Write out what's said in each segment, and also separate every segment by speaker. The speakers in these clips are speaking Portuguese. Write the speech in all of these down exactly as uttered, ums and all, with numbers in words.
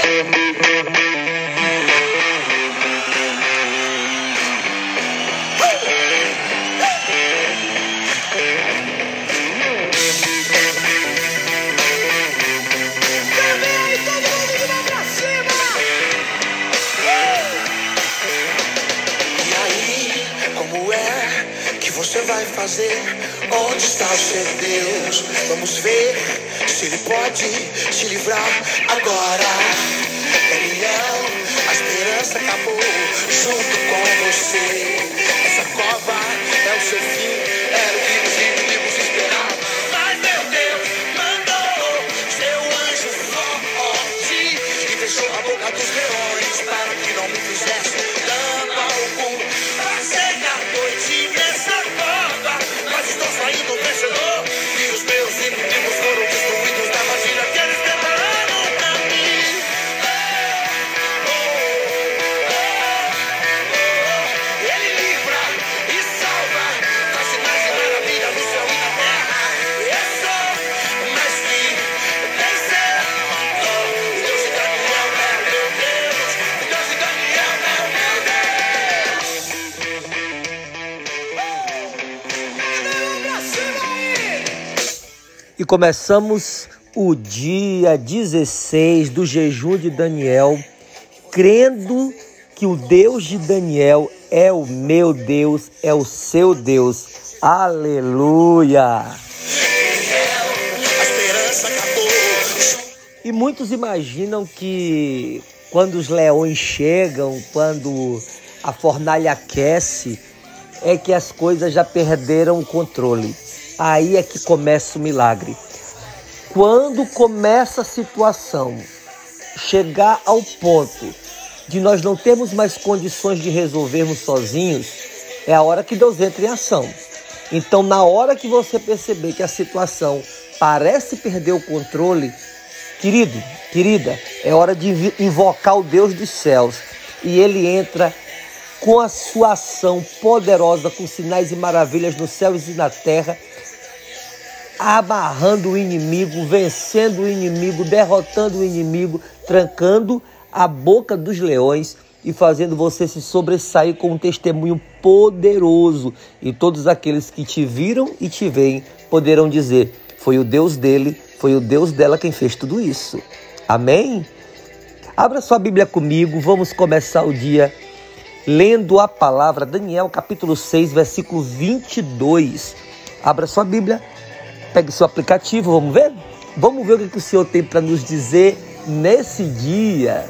Speaker 1: Você vai fazer? Onde está o seu Deus? Vamos ver se ele pode te livrar agora. Daniel, a esperança acabou junto com você. Essa cova é o seu fim, era o que os inimigos esperavam. Mas meu Deus mandou seu anjo forte e fechou a boca dos leões para que não me fizesse dano algum. Passei a noite nessa cova, mas estou saindo vencedor. E os meus inimigos foram destruídos da magia que eles prepararam pra mim. Oh, oh, oh. Ele livra e salva, faz sinais e maravilhas no céu e na terra. Eu sou mais que vencedor. O Deus de Daniel é o meu Deus. O Deus de Daniel é o meu
Speaker 2: E começamos o dia dezesseis do jejum de Daniel, crendo que o Deus de Daniel é o meu Deus, é o seu Deus. Aleluia! E muitos imaginam que quando os leões chegam, quando a fornalha aquece, é que as coisas já perderam o controle. Aí é que começa o milagre. Quando começa a situação chegar ao ponto de nós não termos mais condições de resolvermos sozinhos, é a hora que Deus entra em ação. Então, na hora que você perceber que a situação parece perder o controle, querido, querida, é hora de invocar o Deus dos céus. E ele entra com a sua ação poderosa, com sinais e maravilhas nos céus e na terra, amarrando o inimigo, vencendo o inimigo, derrotando o inimigo, trancando a boca dos leões e fazendo você se sobressair com um testemunho poderoso. E todos aqueles que te viram e te veem poderão dizer: foi o Deus dele, foi o Deus dela quem fez tudo isso. Amém? Abra sua Bíblia comigo, vamos começar o dia lendo a palavra. Daniel capítulo seis, versículo vinte e dois. Abra sua Bíblia. Pegue seu aplicativo, vamos ver? Vamos ver o que o Senhor tem para nos dizer nesse dia.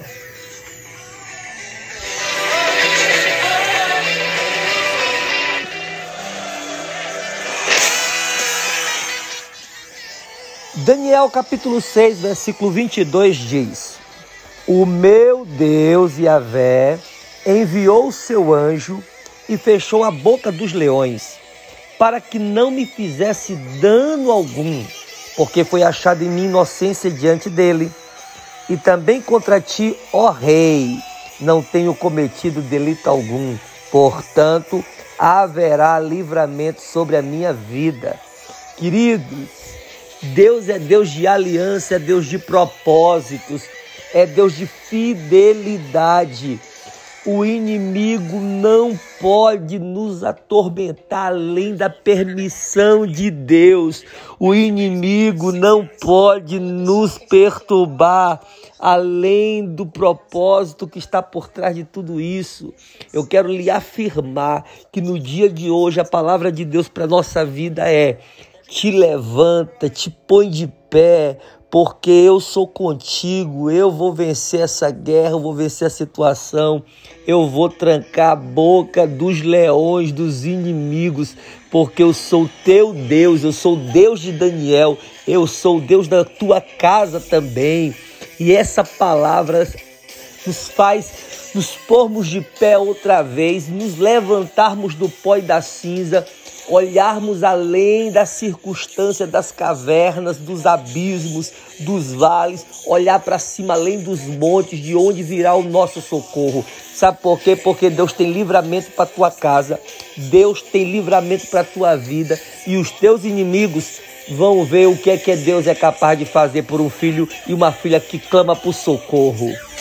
Speaker 2: Daniel capítulo seis, versículo vinte e dois diz: o meu Deus Yahvé enviou o seu anjo e fechou a boca dos leões, para que não me fizesse dano algum, porque foi achada em mim inocência diante dele. E também contra ti, ó rei, não tenho cometido delito algum, portanto, haverá livramento sobre a minha vida. Queridos, Deus é Deus de aliança, é Deus de propósitos, é Deus de fidelidade. O inimigo não pode nos atormentar além da permissão de Deus. O inimigo não pode nos perturbar além do propósito que está por trás de tudo isso. Eu quero lhe afirmar que no dia de hoje a palavra de Deus para a nossa vida é: te levanta, te põe de pé, porque eu sou contigo, eu vou vencer essa guerra, eu vou vencer a situação, eu vou trancar a boca dos leões, dos inimigos, porque eu sou teu Deus, eu sou o Deus de Daniel, eu sou o Deus da tua casa também. E essa palavra nos faz nos pormos de pé outra vez, nos levantarmos do pó e da cinza, olharmos além da circunstância das cavernas, dos abismos, dos vales, olhar para cima além dos montes, de onde virá o nosso socorro. Sabe por quê? Porque Deus tem livramento para a tua casa, Deus tem livramento para a tua vida, e os teus inimigos vão ver o que é que Deus é capaz de fazer por um filho e uma filha que clama por socorro.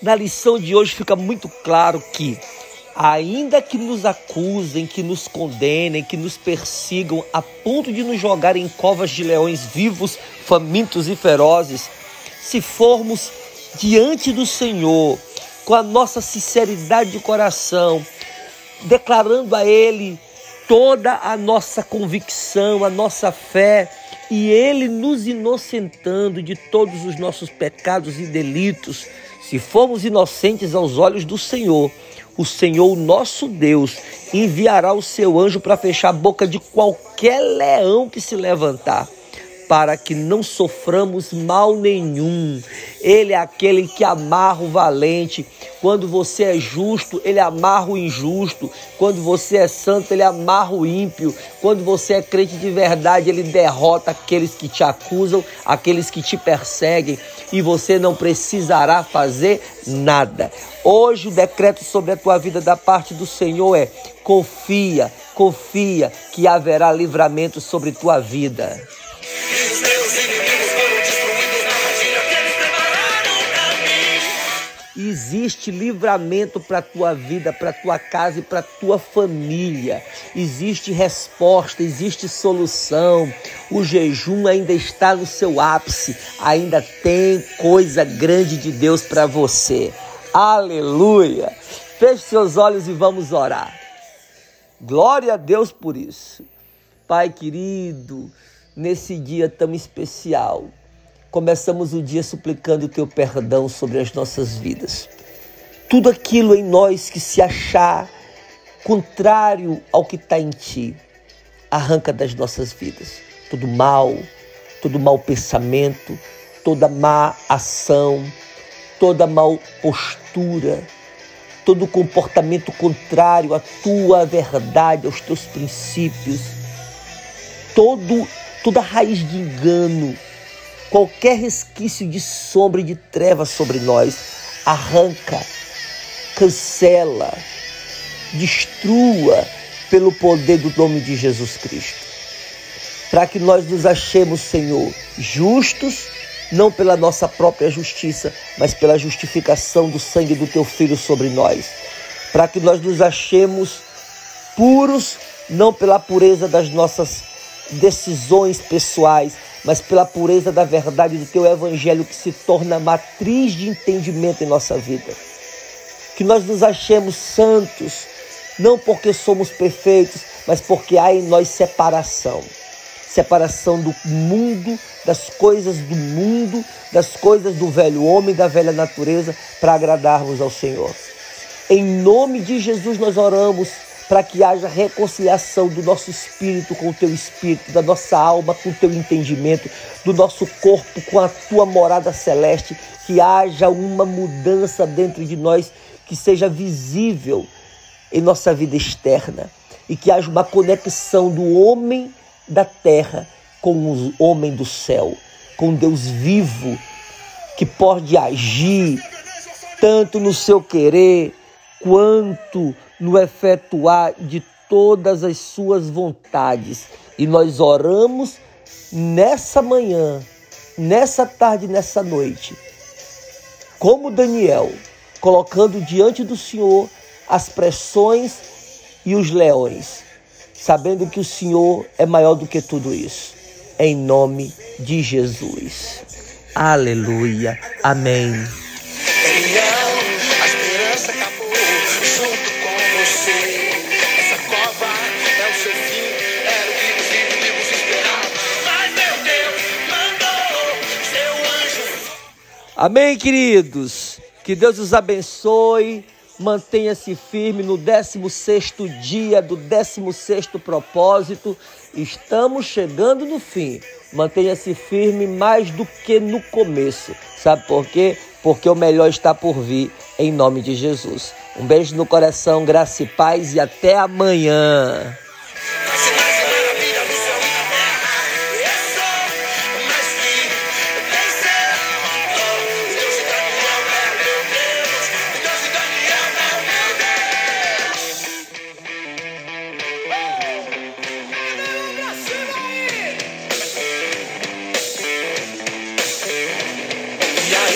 Speaker 2: Na lição de hoje fica muito claro que, ainda que nos acusem, que nos condenem, que nos persigam a ponto de nos jogar em covas de leões vivos, famintos e ferozes, se formos diante do Senhor, com a nossa sinceridade de coração, declarando a Ele toda a nossa convicção, a nossa fé, e Ele nos inocentando de todos os nossos pecados e delitos, se formos inocentes aos olhos do Senhor, o Senhor, nosso Deus, enviará o seu anjo para fechar a boca de qualquer leão que se levantar, para que não soframos mal nenhum. Ele é aquele que amarra o valente. Quando você é justo, ele amarra o injusto. Quando você é santo, ele amarra o ímpio. Quando você é crente de verdade, ele derrota aqueles que te acusam, aqueles que te perseguem, e você não precisará fazer nada. Hoje o decreto sobre a tua vida da parte do Senhor é: confia, confia que haverá livramento sobre tua vida. Existe livramento para a tua vida, para a tua casa e para a tua família. Existe resposta, existe solução. O jejum ainda está no seu ápice. Ainda tem coisa grande de Deus para você. Aleluia! Feche seus olhos e vamos orar. Glória a Deus por isso. Pai querido, nesse dia tão especial, começamos o dia suplicando o teu perdão sobre as nossas vidas. Tudo aquilo em nós que se achar contrário ao que está em ti, arranca das nossas vidas. Todo mal, todo mau pensamento, toda má ação, toda mal postura, todo comportamento contrário à tua verdade, aos teus princípios, todo, toda raiz de engano, qualquer resquício de sombra e de treva sobre nós, arranca, cancela, destrua pelo poder do nome de Jesus Cristo. Para que nós nos achemos, Senhor, justos, não pela nossa própria justiça, mas pela justificação do sangue do teu Filho sobre nós. Para que nós nos achemos puros, não pela pureza das nossas decisões pessoais, mas pela pureza da verdade do teu evangelho, que se torna matriz de entendimento em nossa vida. Que nós nos achemos santos, não porque somos perfeitos, mas porque há em nós separação. Separação do mundo, das coisas do mundo, das coisas do velho homem, da velha natureza, para agradarmos ao Senhor. Em nome de Jesus nós oramos para que haja reconciliação do nosso espírito com o teu espírito, da nossa alma com o teu entendimento, do nosso corpo com a tua morada celeste, que haja uma mudança dentro de nós, que seja visível em nossa vida externa, e que haja uma conexão do homem da terra com o homem do céu, com Deus vivo, que pode agir tanto no seu querer quanto no efetuar de todas as suas vontades. E nós oramos nessa manhã, nessa tarde, nessa noite, como Daniel, colocando diante do Senhor as pressões e os leões, sabendo que o Senhor é maior do que tudo isso. Em nome de Jesus. Aleluia. Amém. Amém, queridos. Que Deus os abençoe. Mantenha-se firme no décimo sexto dia do décimo sexto propósito. Estamos chegando no fim. Mantenha-se firme mais do que no começo. Sabe por quê? Porque o melhor está por vir, em nome de Jesus. Um beijo no coração, graça e paz, e até amanhã.